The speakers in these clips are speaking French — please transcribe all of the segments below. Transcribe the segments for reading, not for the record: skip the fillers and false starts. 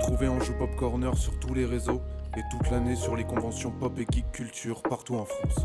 retrouver Anjou Pop Corner sur tous les réseaux et toute l'année sur les conventions pop et geek culture partout en France.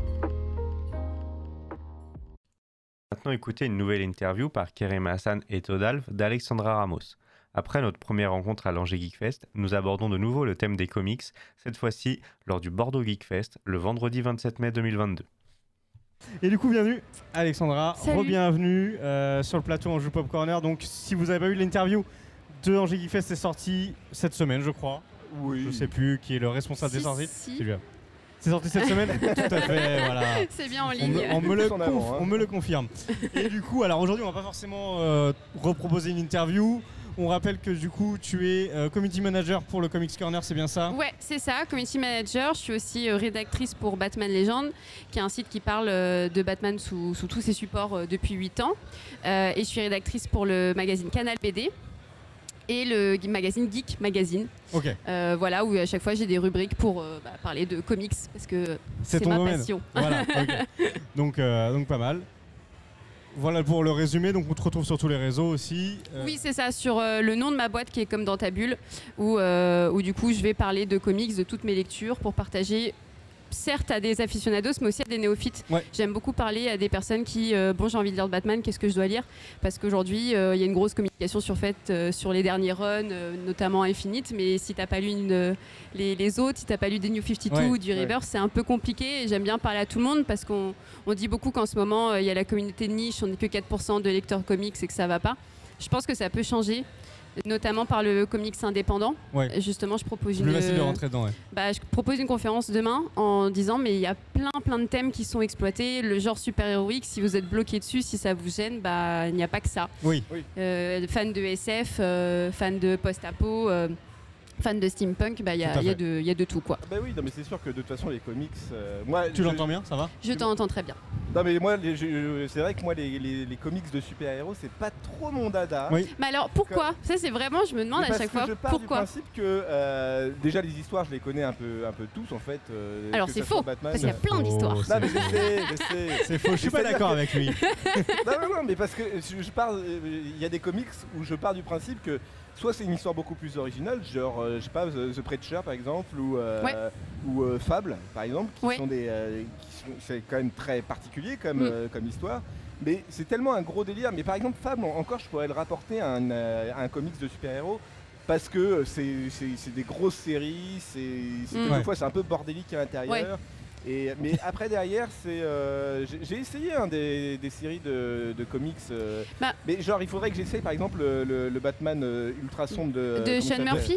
Maintenant, écoutez une nouvelle interview par Kerem Hassan et Todalf d'Alexandra Ramos. Après notre première rencontre à l'Angers Geek Fest, nous abordons de nouveau le thème des comics, cette fois-ci lors du Bordeaux Geek Fest, le vendredi 27 mai 2022. Et du coup, bienvenue Alexandra, Salut. re-bienvenue sur le plateau Anjou Pop Corner. Donc, si vous n'avez pas vu l'interview de Angers Geek Fest, c'est sorti cette semaine, je crois. Oui. Je sais plus qui est le responsable des sorties. Si. C'est lui. C'est sorti cette semaine. Tout à fait, voilà. C'est bien en ligne. On me le confirme. Et du coup, alors aujourd'hui, on va pas forcément reproposer une interview. On rappelle que du coup, tu es community manager pour le Comics Corner, c'est bien ça ? Ouais, c'est ça, community manager. Je suis aussi rédactrice pour Batman Legend, qui est un site qui parle de Batman sous tous ses supports depuis 8 ans. Et je suis rédactrice pour le magazine Canal BD et le magazine Geek Magazine. Ok. Voilà, où à chaque fois j'ai des rubriques pour parler de comics, parce que c'est ton ma domaine. passion. Voilà, ok. Donc pas mal. Voilà pour le résumé, donc on te retrouve sur tous les réseaux aussi. Oui, c'est ça, sur le nom de ma boîte qui est Comme dans ta bulle, où du coup je vais parler de comics, de toutes mes lectures, pour partager certes à des aficionados, mais aussi à des néophytes. Ouais. J'aime beaucoup parler à des personnes qui, j'ai envie de lire de Batman, qu'est-ce que je dois lire ? Parce qu'aujourd'hui, il y a une grosse communication sur les derniers runs, notamment Infinite, mais si t'as pas lu les autres, si t'as pas lu des New 52 ou du Rebirth, c'est un peu compliqué, et j'aime bien parler à tout le monde, parce qu'on dit beaucoup qu'en ce moment, il y a la communauté de niche, on n'est que 4% de lecteurs comics et que ça va pas. Je pense que ça peut changer, notamment par le comics indépendant. Ouais. Justement, je propose Plus facile de rentrer dedans, ouais. je propose une conférence demain en disant mais il y a plein de thèmes qui sont exploités, le genre super-héroïque, si vous êtes bloqué dessus, si ça vous gêne, il n'y a pas que ça. Oui. Fan de SF, fan de post-apo, fan de steampunk, il y a de tout quoi. Bah oui, non mais c'est sûr que de toute façon les comics, moi... Tu l'entends bien, ça va ? Je t'entends très bien. Non mais moi, c'est vrai que moi les comics de super-héros, c'est pas trop mon dada. Oui. Mais alors pourquoi ? Ça c'est vraiment, je me demande à chaque fois, je pars pourquoi ? du principe que déjà les histoires, je les connais un peu tous en fait. Alors que c'est ça soit faux, Batman, parce qu'il y a plein d'histoires. Oh, Non mais je sais. C'est faux, je suis pas C'est-à-dire d'accord que- avec lui. Non, mais parce que je pars, il y a des comics où je pars du principe que soit c'est une histoire beaucoup plus originale, genre je sais pas, The Preacher par exemple, ou Fable par exemple, qui sont c'est quand même très particulier comme histoire. Mais c'est tellement un gros délire. Mais par exemple Fable, encore je pourrais le rapporter à un comics de super-héros. Parce que c'est des grosses séries, des fois c'est un peu bordélique à l'intérieur. Mais après derrière, j'ai essayé des séries de comics. Mais genre il faudrait que j'essaye par exemple le Batman ultra sombre de Sean Murphy.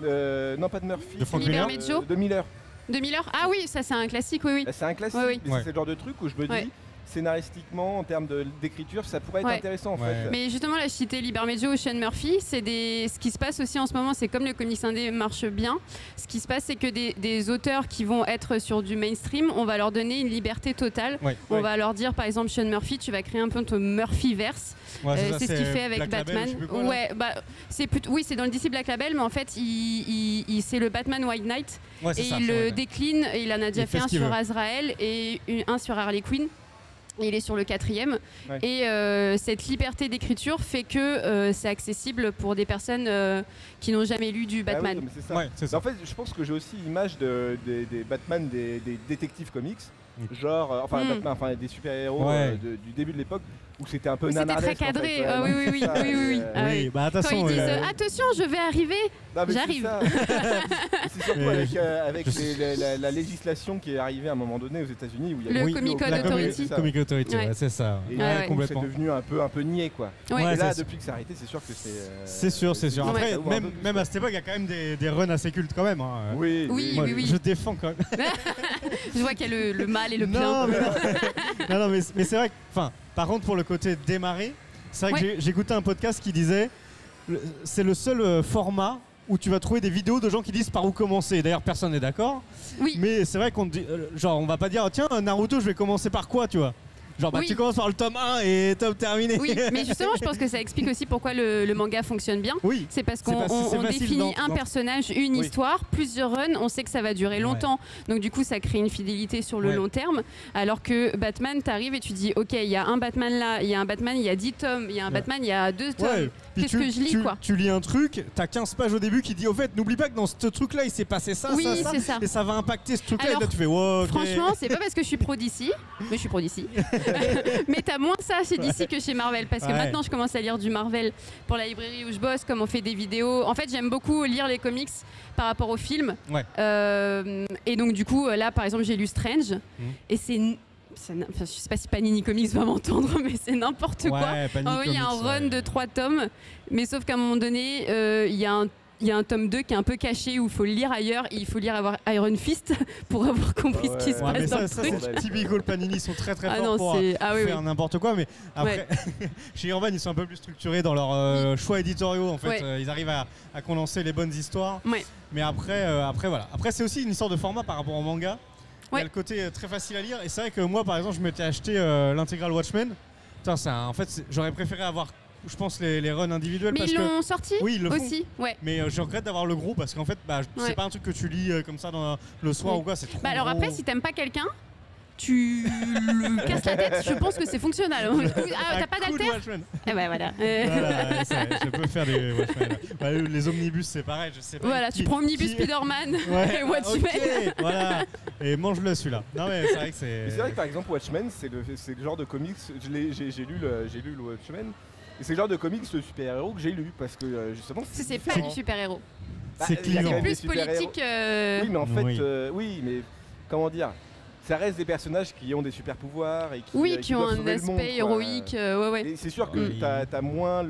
Non, pas de Murphy. De Frank Miller. De Miller. De Miller. Ah oui, ça c'est un classique, oui. C'est un classique. Oui. Mais c'est le genre de truc où je me dis, scénaristiquement, en termes d'écriture, ça pourrait être intéressant en fait. Mais justement, là, je citais Liber Medio ou Sean Murphy, ce qui se passe aussi en ce moment, c'est comme le comics indé marche bien, ce qui se passe, c'est que des auteurs qui vont être sur du mainstream, on va leur donner une liberté totale. On va leur dire, par exemple, Sean Murphy, tu vas créer un peu ton Murphyverse. C'est ce qu'il fait avec Black Batman. Label, c'est dans le DC Black Label, mais en fait, c'est le Batman White Knight. Et il le décline, et il en a déjà fait un sur Azrael et un sur Harley Quinn. Il est sur le 4e et cette liberté d'écriture fait que c'est accessible pour des personnes qui n'ont jamais lu du Batman. Oui, c'est ça. En fait, je pense que j'ai aussi l'image des Batman des détectives comics, genre Batman, des super-héros du début de l'époque où c'était un peu nanardesque. C'était très cadré. En fait. Oui. Bah, quand ils disent attention, je vais arriver, j'arrive. C'est surtout avec la législation qui est arrivée à un moment donné aux États-Unis où il y a le Comic Code Authority. Comic Authority, c'est ça. Et c'est devenu un peu niais quoi. Ouais. Et là, depuis que c'est arrêté, c'est sûr que c'est. C'est sûr. Après, même à cette époque, il y a quand même des runs assez cultes quand même. Oui. Je défends quand même. Je vois qu'il y a le mal et le bien. Non, mais c'est vrai que, par contre, pour le côté démarrer, c'est vrai que j'écoutais un podcast qui disait c'est le seul format où tu vas trouver des vidéos de gens qui disent par où commencer. D'ailleurs, personne n'est d'accord. Oui. Mais c'est vrai qu'on dit, on va pas dire tiens, Naruto, je vais commencer par quoi, tu vois. Genre, tu commences par le tome 1 et tome terminé. Oui, mais justement, je pense que ça explique aussi pourquoi le manga fonctionne bien. Oui. C'est parce qu'on définit un personnage, une histoire, plusieurs runs, on sait que ça va durer longtemps. Donc, du coup, ça crée une fidélité sur le long terme. Alors que Batman, t'arrives et tu dis, ok, il y a un Batman là, il y a un Batman, il y a 10 tomes, il y a un Batman, il y a 2 tomes. qu'est-ce que je lis, quoi. Tu lis un truc, t'as 15 pages au début qui dit au fait, n'oublie pas que dans ce truc-là, il s'est passé ça, Oui, ça, c'est ça. et ça va impacter ce truc-là. Alors, et là, tu fais wow, ok. Franchement, c'est pas parce que je suis pro DC, mais je suis pro DC. Mais t'as moins ça chez DC que chez Marvel, parce que maintenant je commence à lire du Marvel pour la librairie où je bosse, comme on fait des vidéos. En fait, j'aime beaucoup lire les comics par rapport aux films. Ouais. Et donc du coup, là, par exemple, j'ai lu Strange, et je sais pas si Panini Comics va m'entendre, mais c'est n'importe quoi. Il y a un run de 3 tomes, mais sauf qu'à un moment donné, il y a un tome 2 qui est un peu caché où il faut le lire ailleurs et il faut lire avoir Iron Fist pour avoir compris ce qui se passe dans le truc. C'est typical Panini, ils sont très forts pour faire n'importe quoi, mais après chez Urban ils sont un peu plus structurés dans leurs choix éditoriaux en fait. Ils arrivent à condenser les bonnes histoires. Mais après voilà. Après c'est aussi une histoire de format par rapport au manga. Il y a le côté très facile à lire et c'est vrai que moi par exemple je m'étais acheté l'intégrale Watchmen. Putain, en fait j'aurais préféré avoir je pense les runs individuels. Mais parce ils l'ont sorti ils le font. aussi. Mais je regrette d'avoir le gros parce qu'en fait c'est pas un truc que tu lis comme ça le soir ou quoi, c'est trop alors gros. après si t'aimes pas quelqu'un, tu le casses la tête, je pense que c'est fonctionnel. T'as pas d'alter? Eh ben voilà. Je peux faire des Watchmen. Les omnibus c'est pareil, je sais pas. Voilà, tu prends Omnibus Spider-Man et Watchmen. Okay, voilà. Et mange-le celui-là. Non mais c'est vrai que c'est vrai que par exemple Watchmen c'est le genre de comics, j'ai lu le Watchmen. Et c'est le genre de comics de super-héros que j'ai lu parce que justement c'est pas du super-héros. C'est clivant. C'est plus politique. Oui, mais en fait, mais comment dire, ça reste des personnages qui ont des super-pouvoirs et qui ont un aspect héroïque. Et c'est sûr que t'as moins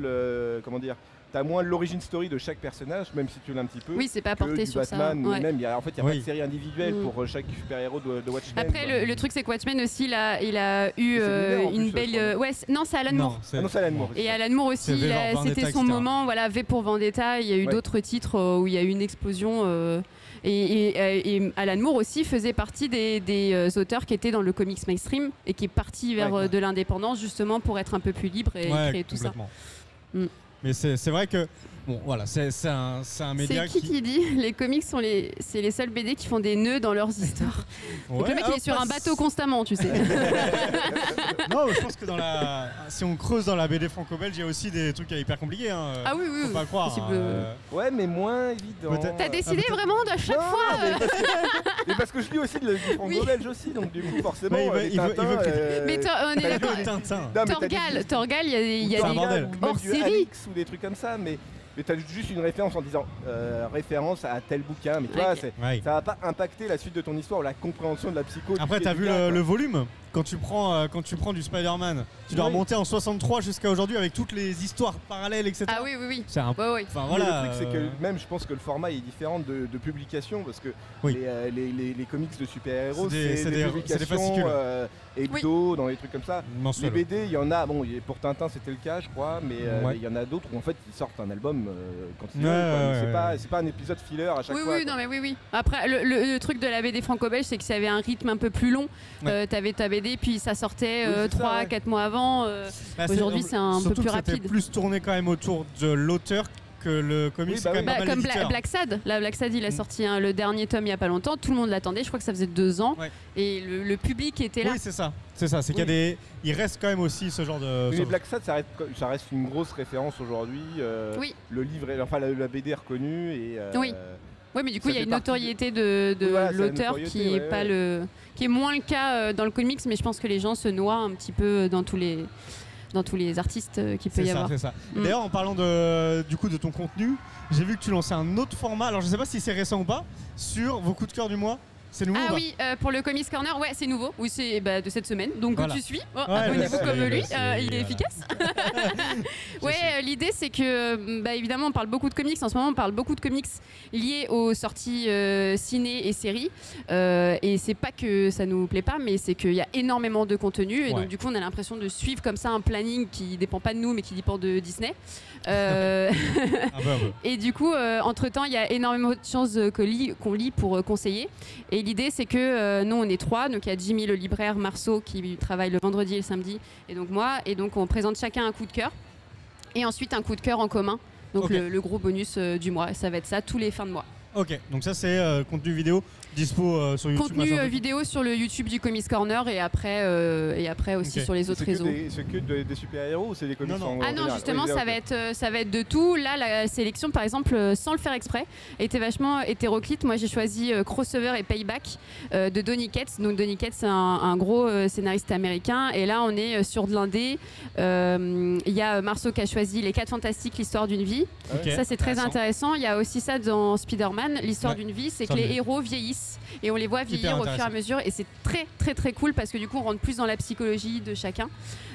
t'as moins l'origin story de chaque personnage, même si tu l'as un petit peu. Oui, c'est pas porté sur Batman, ça. Même, il n'y a pas de série individuelle pour chaque super-héros de Watchmen. Après, le truc, c'est que Watchmen aussi, il a eu une belle. Non, c'est Alan Moore. C'est Alan Moore. Et Alan Moore aussi, c'était son moment. Voilà, V pour Vendetta. Il y a eu d'autres titres où il y a eu une explosion. Et Alan Moore aussi faisait partie des auteurs qui étaient dans le comics mainstream et qui est parti vers de l'indépendance justement pour être un peu plus libre et créer tout ça. Mais c'est vrai que bon voilà, c'est un média qui dit les comics c'est les seuls BD qui font des nœuds dans leurs histoires. Donc le mec il est sur un bateau constamment, tu sais. Non, je pense que si on creuse dans la BD franco-belge, il y a aussi des trucs hyper compliqués. Ah oui, faut pas croire. Ouais, mais moins évident. T'as décidé vraiment de chaque fois. Mais parce que je lis aussi du franco-belge aussi, donc du coup forcément. Mais on est d'accord. Torgal, il y a hors série ou des trucs comme ça, mais t'as juste une référence en disant référence à tel bouquin, mais tu vois, ça va pas impacter la suite de ton histoire ou la compréhension de la psycho. Après, t'as vu le volume quand tu prends du Spider-Man, tu dois remonter en 63 jusqu'à aujourd'hui avec toutes les histoires parallèles, etc. Ah oui. C'est un Enfin, voilà, le truc, c'est que même je pense que le format est différent de publication parce que les comics de super-héros, c'est des publications hebdo, dans les trucs comme ça. Les BD, il y en a, bon, pour Tintin c'était le cas, je crois, mais il y en a d'autres où en fait ils sortent un album quand ils veulent. C'est pas un épisode filler à chaque fois. Oui. Après, le truc de la BD franco-belge, c'est que ça avait un rythme un peu plus long. T'avais ta BD, puis ça sortait 3-4 mois avant. Aujourd'hui, c'est un peu plus rapide. C'était plus tourné quand même autour de l'auteur que le comics. Comme Black Sad. Black Sad, il a sorti le dernier tome il y a pas longtemps. Tout le monde l'attendait. Je crois que ça faisait 2 ans. Et le public était là. Oui, c'est ça. C'est qu'il y a il reste quand même aussi ce genre de. Mais Black Sad, ça reste une grosse référence aujourd'hui. Le livre, la BD est reconnue et. Oui, mais du coup, il y a une notoriété de l'auteur qui est moins le cas dans le comics, mais je pense que les gens se noient un petit peu dans tous les artistes qu'il peut y avoir. C'est ça. D'ailleurs, en parlant de ton contenu, j'ai vu que tu lançais un autre format. Alors, je sais pas si c'est récent ou pas, sur vos coups de cœur du mois. C'est nouveau. Ah oui, pour le Comics Corner, c'est nouveau. Oui, c'est de cette semaine. Donc tu suis. Abonnez-vous comme lui, il est efficace. L'idée c'est que évidemment on parle beaucoup de comics. En ce moment on parle beaucoup de comics liés aux sorties ciné et séries. Et c'est pas que ça nous plaît pas, mais c'est qu'il y a énormément de contenu. Et donc du coup on a l'impression de suivre comme ça un planning qui dépend pas de nous mais qui dépend de Disney. Et du coup entre temps il y a énormément de choses qu'on lit pour conseiller. Et l'idée c'est que nous on est 3, donc il y a Jimmy le libraire, Marceau qui travaille le vendredi et le samedi, et donc moi, et donc on présente chacun un coup de cœur, et ensuite un coup de cœur en commun, donc le gros bonus du mois, ça va être ça tous les fins de mois. Ok, donc ça c'est contenu vidéo dispo sur YouTube. Contenu vidéo sur le YouTube du Comics Corner et après aussi sur les autres réseaux. C'est que des super-héros ou c'est des comics Non. Ah non, justement, ça va être de tout. Là, la sélection, par exemple, sans le faire exprès, était vachement hétéroclite. Moi, j'ai choisi Crossover et Payback de Donny Cates. Donc, Donny Cates, c'est un gros scénariste américain. Et là, on est sur de l'indé. Il y a Marceau qui a choisi Les 4 Fantastiques, l'histoire d'une vie. Okay. Ça, c'est très intéressant. Il y a aussi ça dans Spider-Man, l'histoire d'une vie. C'est que les héros vieillissent et on les voit vieillir au fur et à mesure. Et c'est très, très, très cool parce que du coup, on rentre plus dans la psychologie de chacun.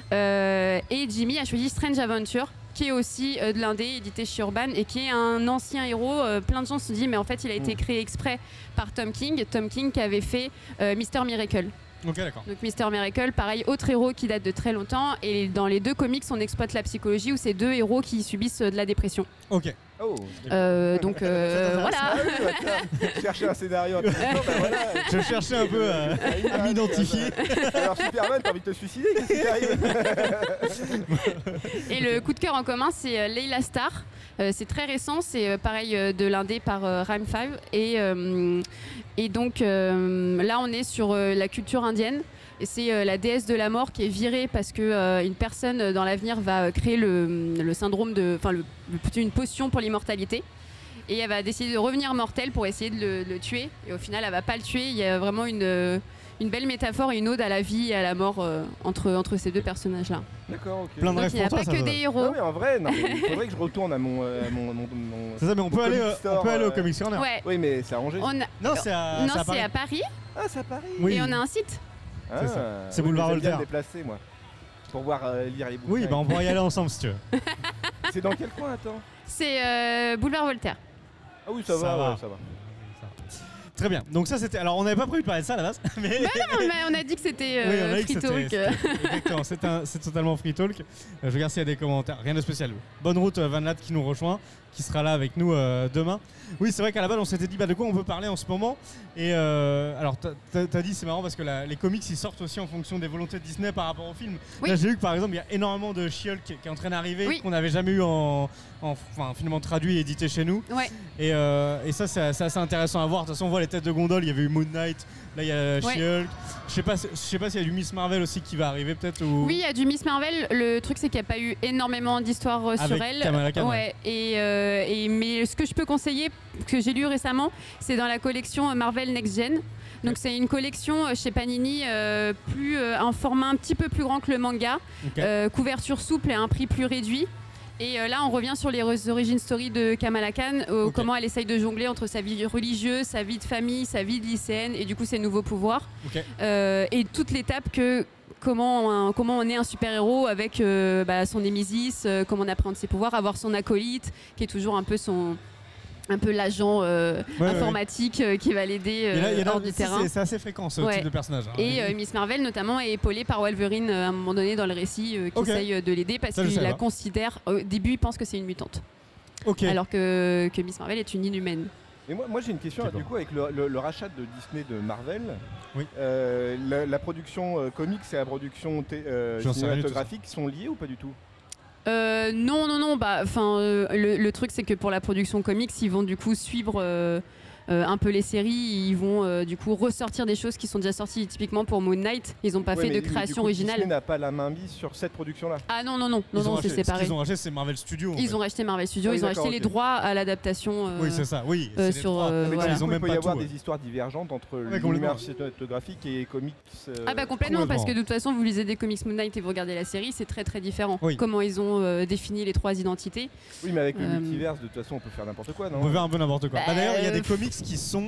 Et Jimmy a choisi Strange Adventure, qui est aussi de l'indé, édité chez Urban, et qui est un ancien héros. Plein de gens se disent, mais en fait, il a été créé exprès par Tom King qui avait fait Mr. Miracle. Ok, d'accord. Donc Mr. Miracle, pareil, autre héros qui date de très longtemps. Et dans les deux comics, on exploite la psychologie où c'est deux héros qui subissent de la dépression. Ok. Oh. Donc voilà. Chercher un scénario intéressant, voilà. Je cherchais un peu à m'identifier. Alors Superman, t'as envie de te suicider, qu'est-ce qui t'arrive? Et le coup de cœur en commun, c'est Layla Starr. C'est très récent, c'est pareil de l'indé par Rhyme 5. Et donc là, on est sur la culture indienne. Et c'est la déesse de la mort qui est virée parce que une personne dans l'avenir va créer le syndrome une potion pour l'immortalité. Et elle va décider de revenir mortelle pour essayer de le tuer. Et au final, elle va pas le tuer. Il y a vraiment une belle métaphore et une ode à la vie et à la mort entre ces deux personnages-là. D'accord, ok. Plein de Donc il n'y a pas que des héros. Non mais en vrai, il faudrait que je retourne à mon C'est ça, mais on peut aller au Comics Corner. Ouais. Oui, mais c'est arrangé. Non, c'est à Paris. Ah, c'est à Paris. Oui. Et on a un site. C'est ça. C'est Boulevard Voltaire. Voltaire. Me déplacer, moi, pour voir lire les bouquins. Oui, bah on pourra y aller ensemble si tu veux. C'est dans quel coin, attends? C'est Boulevard Voltaire. Ah oui, ça va. Ouais, ça va. Très bien. Donc ça c'était. Alors on n'avait pas prévu de parler de ça à la base. Mais on a dit que c'était free talk. Exactement. C'est totalement free talk. Je regarde s'il y a des commentaires. Rien de spécial. Bonne route Van Latt qui nous rejoint, qui sera là avec nous demain. Oui, c'est vrai qu'à la base on s'était dit de quoi on peut parler en ce moment. Et alors t'as dit c'est marrant parce que les comics ils sortent aussi en fonction des volontés de Disney par rapport au film. Oui. Là j'ai vu que par exemple il y a énormément de She-Hulk qui est en train d'arriver, qu'on n'avait jamais eu finalement traduit et édité chez nous. Ouais. Et ça c'est assez intéressant à voir. De toute façon on voit les têtes de gondole, il y avait eu Moon Knight, là il y a She-Hulk. Je sais pas s'il y a du Miss Marvel aussi qui va arriver peut-être ou... Oui, il y a du Miss Marvel. Le truc c'est qu'il n'y a pas eu énormément d'histoires sur elle. Kamala Khan. Ouais. Mais ce que je peux conseiller, que j'ai lu récemment, c'est dans la collection Marvel Next Gen. Donc c'est une collection chez Panini, un format un petit peu plus grand que le manga, couverture souple et un prix plus réduit. Et là, on revient sur les origin story de Kamala Khan, comment elle essaye de jongler entre sa vie religieuse, sa vie de famille, sa vie de lycéenne et du coup ses nouveaux pouvoirs. Et toute l'étape comment on est un super-héros avec son némésis, comment on appréhende ses pouvoirs, avoir son acolyte qui est toujours un peu l'agent informatique qui va l'aider hors du terrain. C'est assez fréquent ce type de personnage. Hein. Et Miss Marvel notamment est épaulée par Wolverine à un moment donné dans le récit qui essaye de l'aider parce qu'il la considère, au début il pense que c'est une mutante. Alors que Miss Marvel est une inhumaine. Et moi j'ai une question du coup avec le rachat de Disney de Marvel. Oui. La production comics et la production cinématographique sont liées ou pas du tout? Non. Le truc c'est que pour la production comics, ils vont du coup suivre un peu les séries. Ils vont du coup ressortir des choses qui sont déjà sorties. Typiquement pour Moon Knight, ils n'ont pas fait de création originale. Disney n'a pas la main mise sur cette production-là. Ah non, c'est séparé. Ce qu'ils ont racheté, c'est Marvel Studios. Ils ont racheté Marvel Studios. Ils ont acheté les droits à l'adaptation. Oui, c'est ça. Oui. Il peut y avoir des histoires divergentes entre l'univers cinématographique et comics. Complètement, parce que de toute façon, vous lisez des comics Moon Knight et vous regardez la série, c'est très très différent. Comment ils ont défini les trois identités. Oui, mais avec le multiverse, de toute façon, on peut faire n'importe quoi, non? On peut faire un peu n'importe quoi. D'ailleurs, il y a des comics qui sont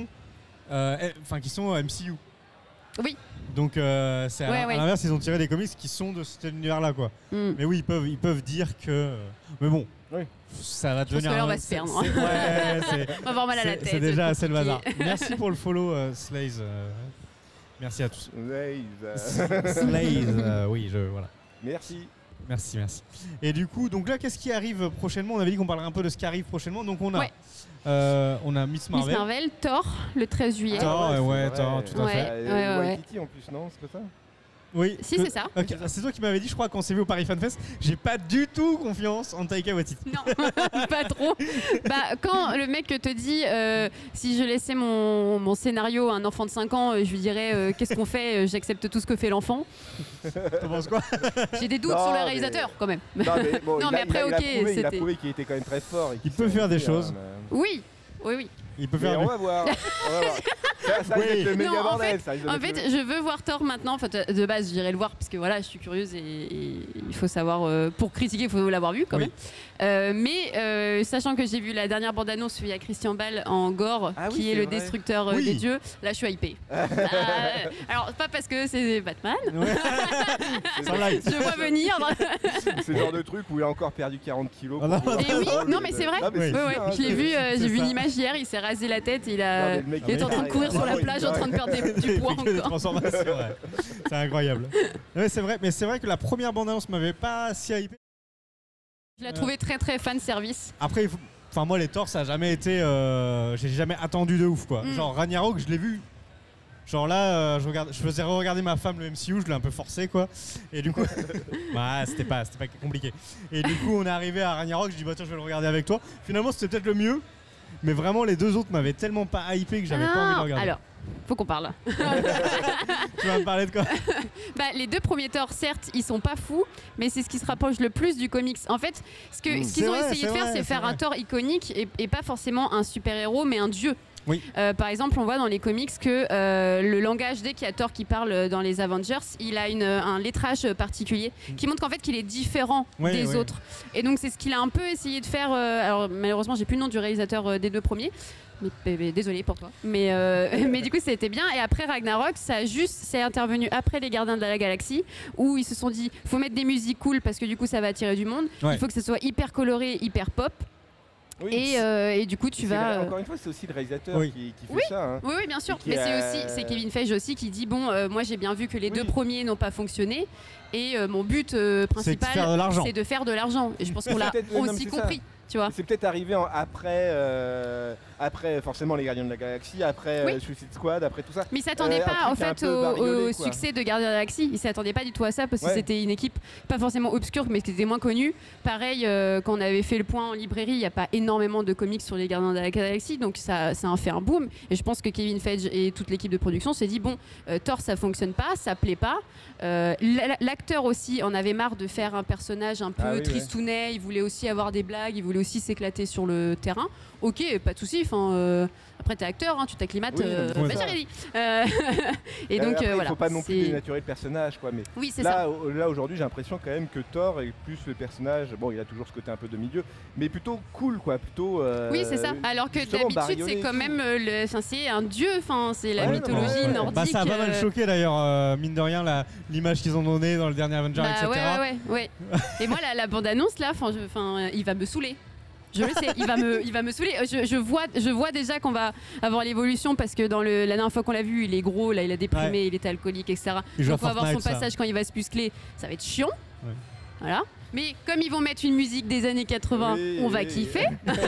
MCU. Oui. Donc c'est à l'inverse, ils ont tiré des comics qui sont de cet univers-là, quoi. Mais oui, ils peuvent dire que. Mais bon. Oui. Ça va devenir. On va se perdre. On va avoir mal à la tête. C'est déjà assez le bazar. Merci pour le follow, Slaze. Merci à tous. Slaze, oui, voilà. Merci. Merci. Et du coup, donc là, qu'est-ce qui arrive prochainement? On avait dit qu'on parlerait un peu de ce qui arrive prochainement. Donc on a Miss Marvel. Miss Marvel, Thor, le 13 juillet. Thor, Thor, tout à fait. Waititi en plus, non? C'est pas ça? Oui. Si, c'est ça. Okay. C'est toi qui m'avais dit, je crois, quand on s'est vu au Paris Fan Fest, j'ai pas du tout confiance en Taika Waititi. Non, pas trop. Quand le mec te dit si je laissais mon scénario à un enfant de 5 ans, je lui dirais qu'est-ce qu'on fait, j'accepte tout ce que fait l'enfant. T'en penses quoi? J'ai des doutes sur le réalisateur quand même. Non, mais, bon, non, mais après, il a prouvé qu'il était quand même très fort. Il peut faire des choses. Oui. Il peut faire. On va voir. Ça risque d'être le méga bordel. En fait, je veux voir Thor maintenant. Enfin, de base, j'irai le voir parce que voilà, je suis curieuse et il faut savoir. Pour critiquer, il faut l'avoir vu quand même. Mais sachant que j'ai vu la dernière bande-annonce où il y a Christian Bale en gore, qui est le destructeur des dieux, là, je suis hypée. Alors, pas parce que c'est Batman. Je vois venir. C'est le genre de truc où il a encore perdu 40 kilos. Et oui, non, mais c'est vrai. Je l'ai vu. J'ai vu une image hier. Il s'est rasé la tête. Il est en train de courir sur la plage, en train de perdre du poids encore. C'est incroyable. Ouais, c'est vrai, mais c'est vrai que la première bande-annonce m'avait pas si hypé. Je l'ai trouvé très très fan service. Après, enfin moi les Thor ça a jamais été, j'ai jamais attendu de ouf quoi. Genre Ragnarok je l'ai vu. Genre là, je faisais regarder ma femme le MCU, je l'ai un peu forcé quoi. Et du coup, bah, c'était pas compliqué. Et du coup on est arrivé à Ragnarok, je dis bah tiens je vais le regarder avec toi. Finalement c'était peut-être le mieux. Mais vraiment, les deux autres m'avaient tellement pas hypé que j'avais pas envie de regarder. Alors, faut qu'on parle. Tu vas me parler de quoi? Les deux premiers Thor, certes, ils sont pas fous, mais c'est ce qui se rapproche le plus du comics. En fait, ce qu'ils ont essayé de faire, c'est faire un Thor iconique et pas forcément un super-héros, mais un dieu. Oui. Par exemple, on voit dans les comics que le langage, dès qu'il y a Thor qui parle dans les Avengers, il a un lettrage particulier qui montre qu'en fait qu'il est différent des autres. Et donc c'est ce qu'il a un peu essayé de faire. Alors malheureusement, j'ai plus le nom du réalisateur des deux premiers. Mais désolé pour toi. Mais du coup, c'était bien. Et après Ragnarok, c'est intervenu après les Gardiens de la Galaxie, où ils se sont dit, faut mettre des musiques cool parce que du coup, ça va attirer du monde. Il faut que ce soit hyper coloré, hyper pop. Oui, et du coup, tu vas. Encore une fois, c'est aussi le réalisateur qui fait ça. Hein. Oui, bien sûr. Mais c'est Kevin Feige aussi qui dit bon, moi j'ai bien vu que les deux premiers n'ont pas fonctionné. Et mon but principal, c'est de faire de l'argent. Et je pense qu'on l'a aussi compris. Tu vois. C'est peut-être arrivé après forcément les Gardiens de la Galaxie, après Suicide Squad, après tout ça. Mais ils s'attendaient pas en fait au succès de Gardiens de la Galaxie. Ils s'attendaient pas du tout à ça parce que c'était une équipe pas forcément obscure mais qui était moins connue. Pareil, quand on avait fait le point en librairie, il n'y a pas énormément de comics sur les Gardiens de la Galaxie, donc ça a fait un boom. Et je pense que Kevin Feige et toute l'équipe de production s'est dit bon, Thor ça fonctionne pas, ça plaît pas. L'acteur aussi en avait marre de faire un personnage un peu tristounet. Il voulait aussi avoir des blagues, il voulait aussi s'éclater sur le terrain. Ok, pas de souci. Après, t'es acteur, hein, tu t'acclimates. Et donc, après, voilà. Il faut pas non plus dénaturer le personnage, quoi. Mais oui, c'est ça. Là, aujourd'hui, j'ai l'impression quand même que Thor est plus le personnage. Bon, il a toujours ce côté un peu demi-dieu, mais plutôt cool, quoi. Plutôt. Oui, c'est ça. Alors que d'habitude, c'est quand même c'est un dieu. Enfin, c'est la mythologie nordique. Bah, ça a pas mal choqué d'ailleurs, mine de rien, l'image qu'ils ont donnée dans le dernier Avenger, etc. Ouais. Et moi, la bande-annonce là, il va me saouler. Je le sais, il va me saouler. Je vois déjà qu'on va avoir l'évolution parce que dans la dernière fois qu'on l'a vu, il est gros, là, il a déprimé, il était alcoolique, etc. Donc on va avoir son passage quand il va se muscler, ça va être chiant. Ouais. Voilà. Mais comme ils vont mettre une musique des années 80, on va kiffer.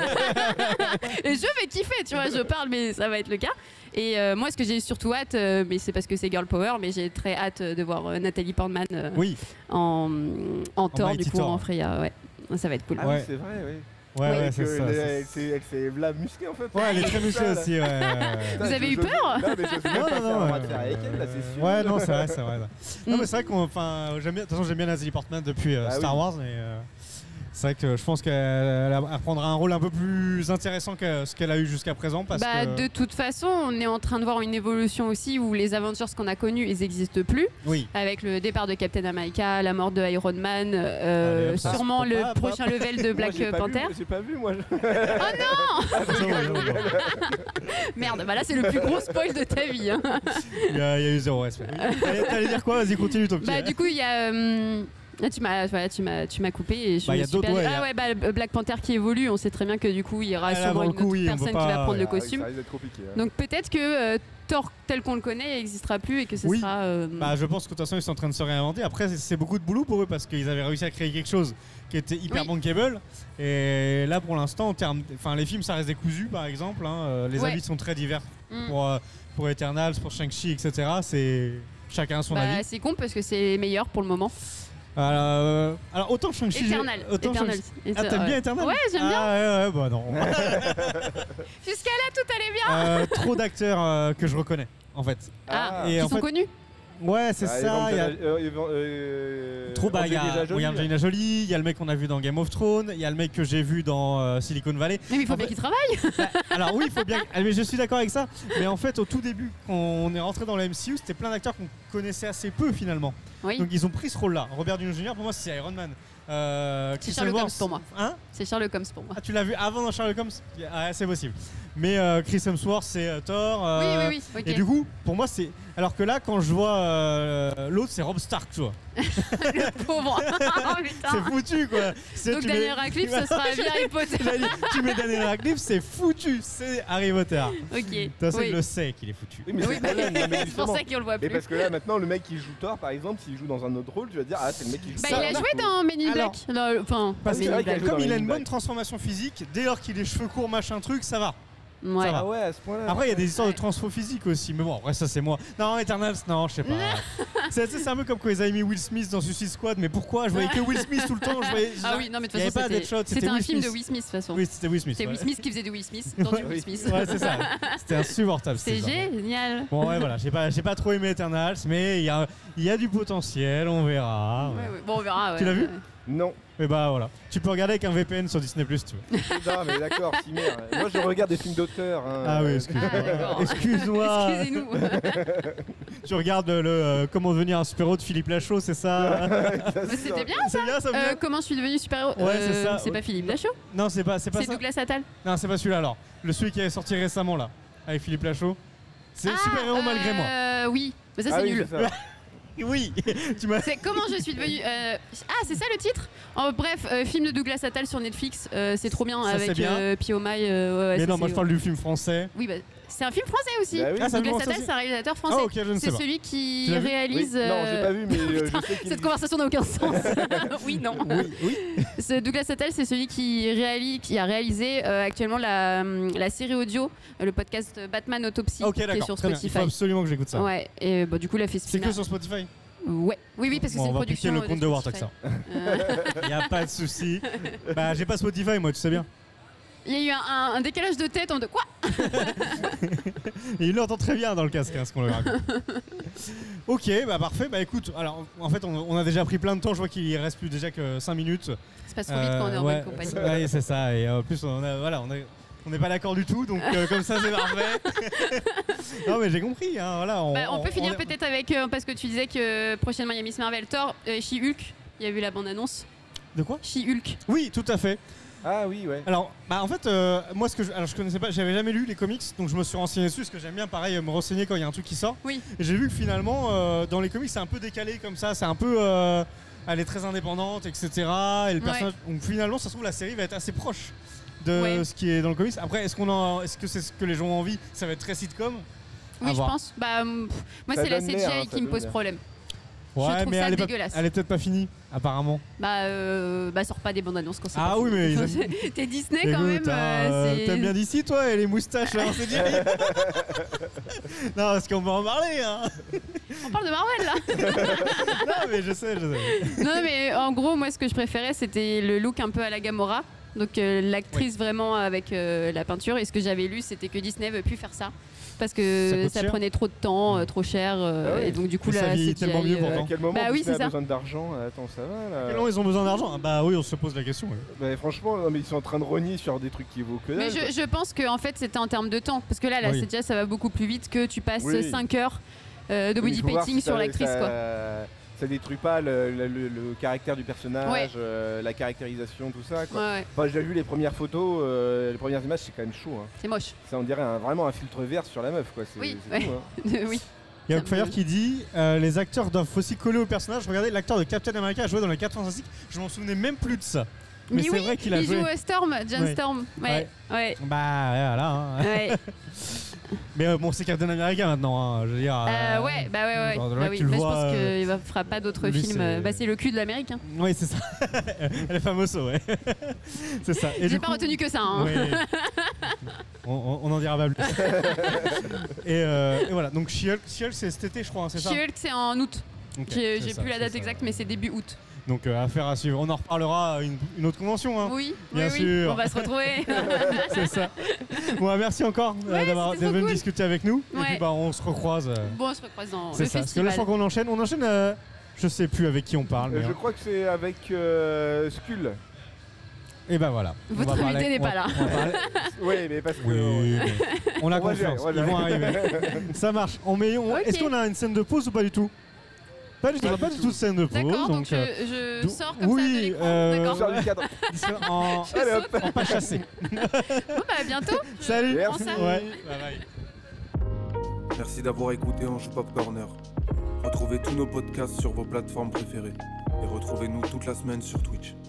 Et je vais kiffer, tu vois, je parle, mais ça va être le cas. Et moi, ce que j'ai surtout hâte, mais c'est parce que c'est Girl Power, mais j'ai très hâte de voir Nathalie Portman en Thor, du coup, Thor. En Freya. Ouais. Ça va être cool. Ah oui, c'est vrai, oui. Ouais, c'est ça. Elle s'est là musclée en fait. Ouais, elle est très musclée aussi. Vous avez eu peur? Non, mais je sais pas faire un bras de fer avec elle, là, c'est sûr. Ouais, non, c'est vrai. Non, mais c'est vrai j'aime bien. De toute façon, j'aime bien Nathalie Portman depuis Star Wars, mais c'est vrai que je pense qu'elle reprendra un rôle un peu plus intéressant que ce qu'elle a eu jusqu'à présent. Parce que... De toute façon, on est en train de voir une évolution aussi où les Avengers qu'on a connus, ils n'existent plus. Oui. Avec le départ de Captain America, la mort de Iron Man, sûrement le prochain level de Black Panther. J'ai pas vu, moi. Oh non. Merde, bah là c'est le plus gros spoil de ta vie. Hein. Il y a eu zéro respect. T'allais dire quoi? Vas-y, continue ton petit. Du coup, il y a... tu m'as coupé et je me suis perdu. Black Panther qui évolue, on sait très bien que du coup il y aura sûrement une autre personne qui va prendre le costume. Ça risque d'être compliqué, hein. Donc peut-être que Thor tel qu'on le connaît n'existera plus et que ce sera... je pense que de toute façon ils sont en train de se réinventer. Après c'est beaucoup de boulot pour eux parce qu'ils avaient réussi à créer quelque chose qui était hyper bankable. Et là pour l'instant, les films ça reste décousu par exemple. Les avis sont très divers pour Eternals, pour Shang-Chi, etc. chacun a son avis. C'est con parce que c'est meilleur pour le moment. Alors autant Shang-Chi. Eternal. Ah, t'aimes bien Eternal? Ouais, j'aime bien. Ouais, bah non. Jusqu'à là, tout allait bien. Trop d'acteurs que je reconnais, en fait. Et en qui sont fait, connus. Ouais, c'est ça. Il y a Angelina Jolie, il y a le mec qu'on a vu dans Game of Thrones, il y a le mec que j'ai vu dans Silicon Valley. Mais il faut bien qu'il travaille. Alors oui, il faut bien. Mais je suis d'accord avec ça. Mais en fait, au tout début, quand on est rentré dans le MCU, c'était plein d'acteurs qu'on connaissait assez peu finalement. Oui. Donc ils ont pris ce rôle-là. Robert Downey Jr. pour moi, c'est Iron Man. C'est Sherlock Holmes pour moi. Hein? C'est Sherlock Holmes pour moi. Ah, tu l'as vu avant dans Sherlock Holmes? Ah, c'est possible. Mais Chris Hemsworth, c'est Thor. Oui. Okay. Et du coup, pour moi, c'est. Alors que là, quand je vois l'autre, c'est Rob Stark, tu vois. Le pauvre. Oh, putain. C'est foutu, quoi. Donc Daniel Radcliffe, ce sera Harry Potter. Tu mets Daniel Radcliffe, c'est foutu. C'est Harry Potter. Ok. De toute façon, il le sait qu'il est foutu. Oui, mais c'est pour ça qu'on le voit plus. Mais parce que là, maintenant, le mec qui joue Thor, par exemple, s'il joue dans un autre rôle, tu vas dire, ah, c'est le mec qui joue il a joué dans Men in Black. Parce que comme il a une bonne Black. transformation physique, dès lors qu'il est cheveux courts, machin truc, ça va. Ouais. Ça va. Ah ouais, à ce point-là. Après, il y a des histoires de transfo physique aussi, mais bon, après, ça c'est moi. Non, Eternals, non, je sais pas. c'est un peu comme quand ils avaient mis Will Smith dans Suicide Squad, mais pourquoi? Je voyais que Will Smith tout le temps. Ah oui, non, mais de il y toute avait pas façon, Deadshot, c'était un Will film de Smith. Will Smith, de toute façon. Oui, c'était Will Smith. C'est Will Smith qui faisait du Will Smith dans du Will Smith. Ouais, c'est ça. C'était insupportable. C'est génial. Bon, ouais, voilà, j'ai pas trop aimé Eternals, mais il y a du potentiel, on verra. Ouais. Bon, on verra. Tu l'as vu? Non. Et bah voilà. Tu peux regarder avec un VPN sur Disney+, si tu veux. Non, mais d'accord, Chimère. Moi, je regarde des films d'auteur. Hein. Ah oui, excuse-moi. d'accord. Excuse-moi. Excusez-nous. Tu regardes le Comment devenir un super-héros de Philippe Lachaud, c'est ça? C'était bien. C'est bien, ça bien. Comment je suis devenu super-héros? Ouais, c'est ça. C'est pas Philippe Lachaud. Non, c'est pas C'est ça. Douglas Attal. Non, c'est pas celui-là alors. Celui qui est sorti récemment là, avec Philippe Lachaud. C'est super-héros malgré moi. Oui, mais ça c'est nul. C'est ça. Oui, tu m'as. C'est comment je suis devenu. C'est ça le titre. Bref, film de Douglas Attal sur Netflix, c'est trop bien Ça, avec c'est bien. Pio Mai. Mais non, moi je parle du film français. Oui, bah, c'est un film français aussi. Bah oui. Ah, c'est un film Douglas français Attal, aussi. c'est un réalisateur français. Ah, ok, je ne sais C'est pas. celui qui Tu l'as vu réalise. Oui. Non, j'ai pas vu, mais je Putain, sais qu'il cette conversation n'a aucun sens. Oui, non. Oui. Douglas Attal, c'est celui qui a réalisé actuellement la série audio, le podcast Batman Autopsy, Ok, qui est d'accord. sur Très bien. Il Spotify. faut absolument que j'écoute ça. Ouais, et du coup, il a fait C'est que sur Spotify. Ouais, oui, parce que Bon, c'est on une va piquer production. le compte de Wartox, ça. Y a pas de souci. Bah, j'ai pas Spotify, moi, tu sais bien. Il y a eu un décalage de tête en de quoi? Et il l'entend très bien dans le casque, ce qu'on le raconte. Ok, bah parfait. Bah écoute, alors en fait, on a déjà pris plein de temps. Je vois qu'il reste plus déjà que 5 minutes. Ça passe trop vite quand on est en bonne compagnie. Ouais, c'est ça. Et en plus, on n'est pas d'accord du tout, donc comme ça, c'est parfait. Non, mais j'ai compris. Hein, voilà, on peut finir peut-être avec parce que tu disais que prochainement il y a Miss Marvel, Thor, She-Hulk. Il y a vu la bande-annonce. De quoi? She-Hulk. Oui, tout à fait. Ah oui, ouais. Alors, en fait, moi, je connaissais pas, j'avais jamais lu les comics, donc je me suis renseigné dessus, parce que j'aime bien, pareil, me renseigner quand il y a un truc qui sort. Oui. Et j'ai vu que finalement, dans les comics, c'est un peu décalé comme ça, c'est un peu, elle est très indépendante, etc. Et le personnage, donc finalement, ça se trouve, la série va être assez proche de ce qui est dans le comics. Après, est-ce que c'est ce que les gens ont envie? Ça va être très sitcom? Oui, je pense. Bah, moi, Ça c'est la donne CGI l'air, hein, qui ça me donne pose l'air. problème. Ouais, je trouve mais ça dégueulasse. elle est peut-être pas finie, apparemment. Bah, sort pas des bandes annonces quand c'est Ah pas oui, mais fini. T'es Disney quand même. T'aimes bien d'ici, toi, et les moustaches, hein, c'est dit. Non, parce qu'on peut en parler, hein. On parle de Marvel là. Non, mais je sais. Non, mais en gros, moi, ce que je préférais, c'était le look un peu à la Gamora. Donc l'actrice vraiment avec la peinture. Et ce que j'avais lu, c'était que Disney veut plus faire ça. Parce que ça prenait trop de temps, trop cher. oui. Et donc du coup, Mais ça là, vieillit c'est tellement mieux pourtant. À quel moment Bah oui, Disney c'est a ça. besoin d'argent? Attends, ça va là. Quel long ils ont besoin d'argent? Bah oui, on se pose la question. Ouais. Bah, franchement, non, mais ils sont en train de rogner sur des trucs qui vaut que Mais dalle. je pense qu'en fait, c'était en termes de temps. Parce que là, Oui. c'est déjà, ça va beaucoup plus vite que tu passes Oui. 5 heures de Mais body il faut voir painting si sur ça- l'actrice, ça- quoi. Ça détruit pas le caractère du personnage, Ouais. la caractérisation, tout ça. Quoi. Ouais, Enfin, j'ai vu les premières photos, les premières images, c'est quand même chaud. Hein. c'est moche. Ça, on dirait vraiment un filtre vert sur la meuf, quoi. C'est Oui, c'est tout, hein. Oui. Il y a Ça me- Fire qui dit les acteurs doivent aussi coller au personnage. Regardez, l'acteur de Captain America a joué dans les 4 Fantastiques. Je m'en souvenais même plus de ça. Mais c'est oui, vrai qu'il a il joué. joue Storm, John Ouais. Storm. Ouais. Bah voilà. Hein. Ouais. Mais bon, c'est Captain America maintenant, hein, je veux dire. Ouais. genre, le Bah mec, oui. tu le Mais je vois, pense qu'il ne fera pas d'autres lui, films. C'est le cul de l'Amérique. Hein. Oui, c'est ça. Elle est fameuse, ouais. C'est ça. Et J'ai du pas coup- retenu que ça. Hein. Oui. On en dira pas plus. Et voilà, donc She-Hulk, c'est cet été, je crois, hein, c'est ça. She-Hulk, c'est en août. Ok, J'ai c'est ça, plus la c'est date ça. exacte, mais c'est début août. Donc affaire à suivre. On en reparlera à une autre convention. Hein. Oui, Bien oui, sûr. on va se retrouver. C'est ça. Bon, merci encore d'avoir c'était trop venu cool. discuter avec nous. Et Ouais. puis on se recroise. Bon, on se recroise dans C'est le ça. Parce que là, festival. je crois qu'on enchaîne. On enchaîne. Je sais plus avec qui on parle. Mais Je crois que c'est avec Skull. Et ben voilà. Votre On va invité parler- n'est on va- pas là. on va parler- Oui, mais parce que. Oui, mais on a On va gérer, confiance. on va Ils vont gérer. arriver. Ça marche. Ok. Est-ce qu'on a une scène de pause ou pas du tout? Pas du tout. On n'a pas du tout de scène de pause. D'accord, donc je sors comme ça de l'écran. D'accord. Sors du cadre. en, Allez hop. en pas chassé. Bon, bah, à bientôt. Salut. Merci. prends ça. Ouais. Bye bye. Merci d'avoir écouté Ange Pop Corner. Retrouvez tous nos podcasts sur vos plateformes préférées et retrouvez-nous toute la semaine sur Twitch.